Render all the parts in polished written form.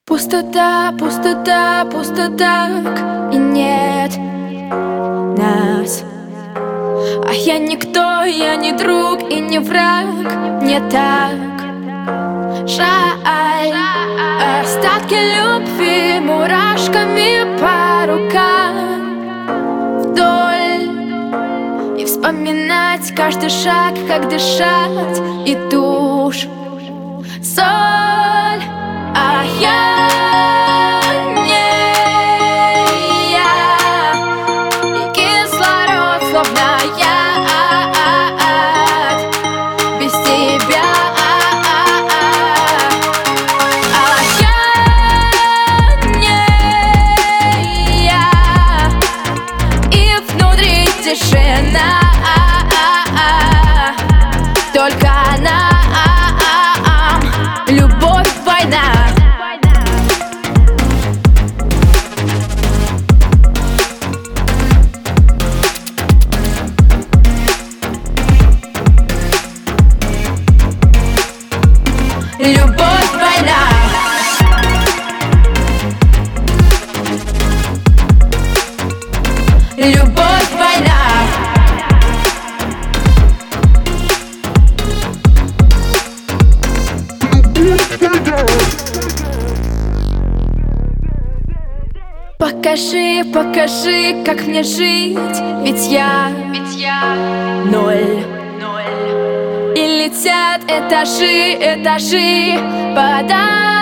Пустота, пустота, пустота, и нет нас. А я никто, я не друг и не враг. Мне так жаль. Остатки любви мурашками по рукам вдоль. И вспоминать каждый шаг, как дышать, и тушь, соль. А я не я, и кислород словно яд без тебя. А я не я, и внутри тишина, только нам любовь, война. Любовь, война. Любовь, война. Покажи, покажи, как мне жить, ведь я ноль. И летят этажи, этажи подо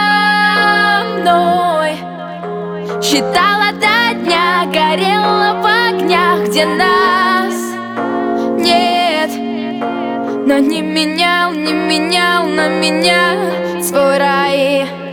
мной. Считала до дня, горела в огнях, где нас нет. Но не менял на меня свой рай.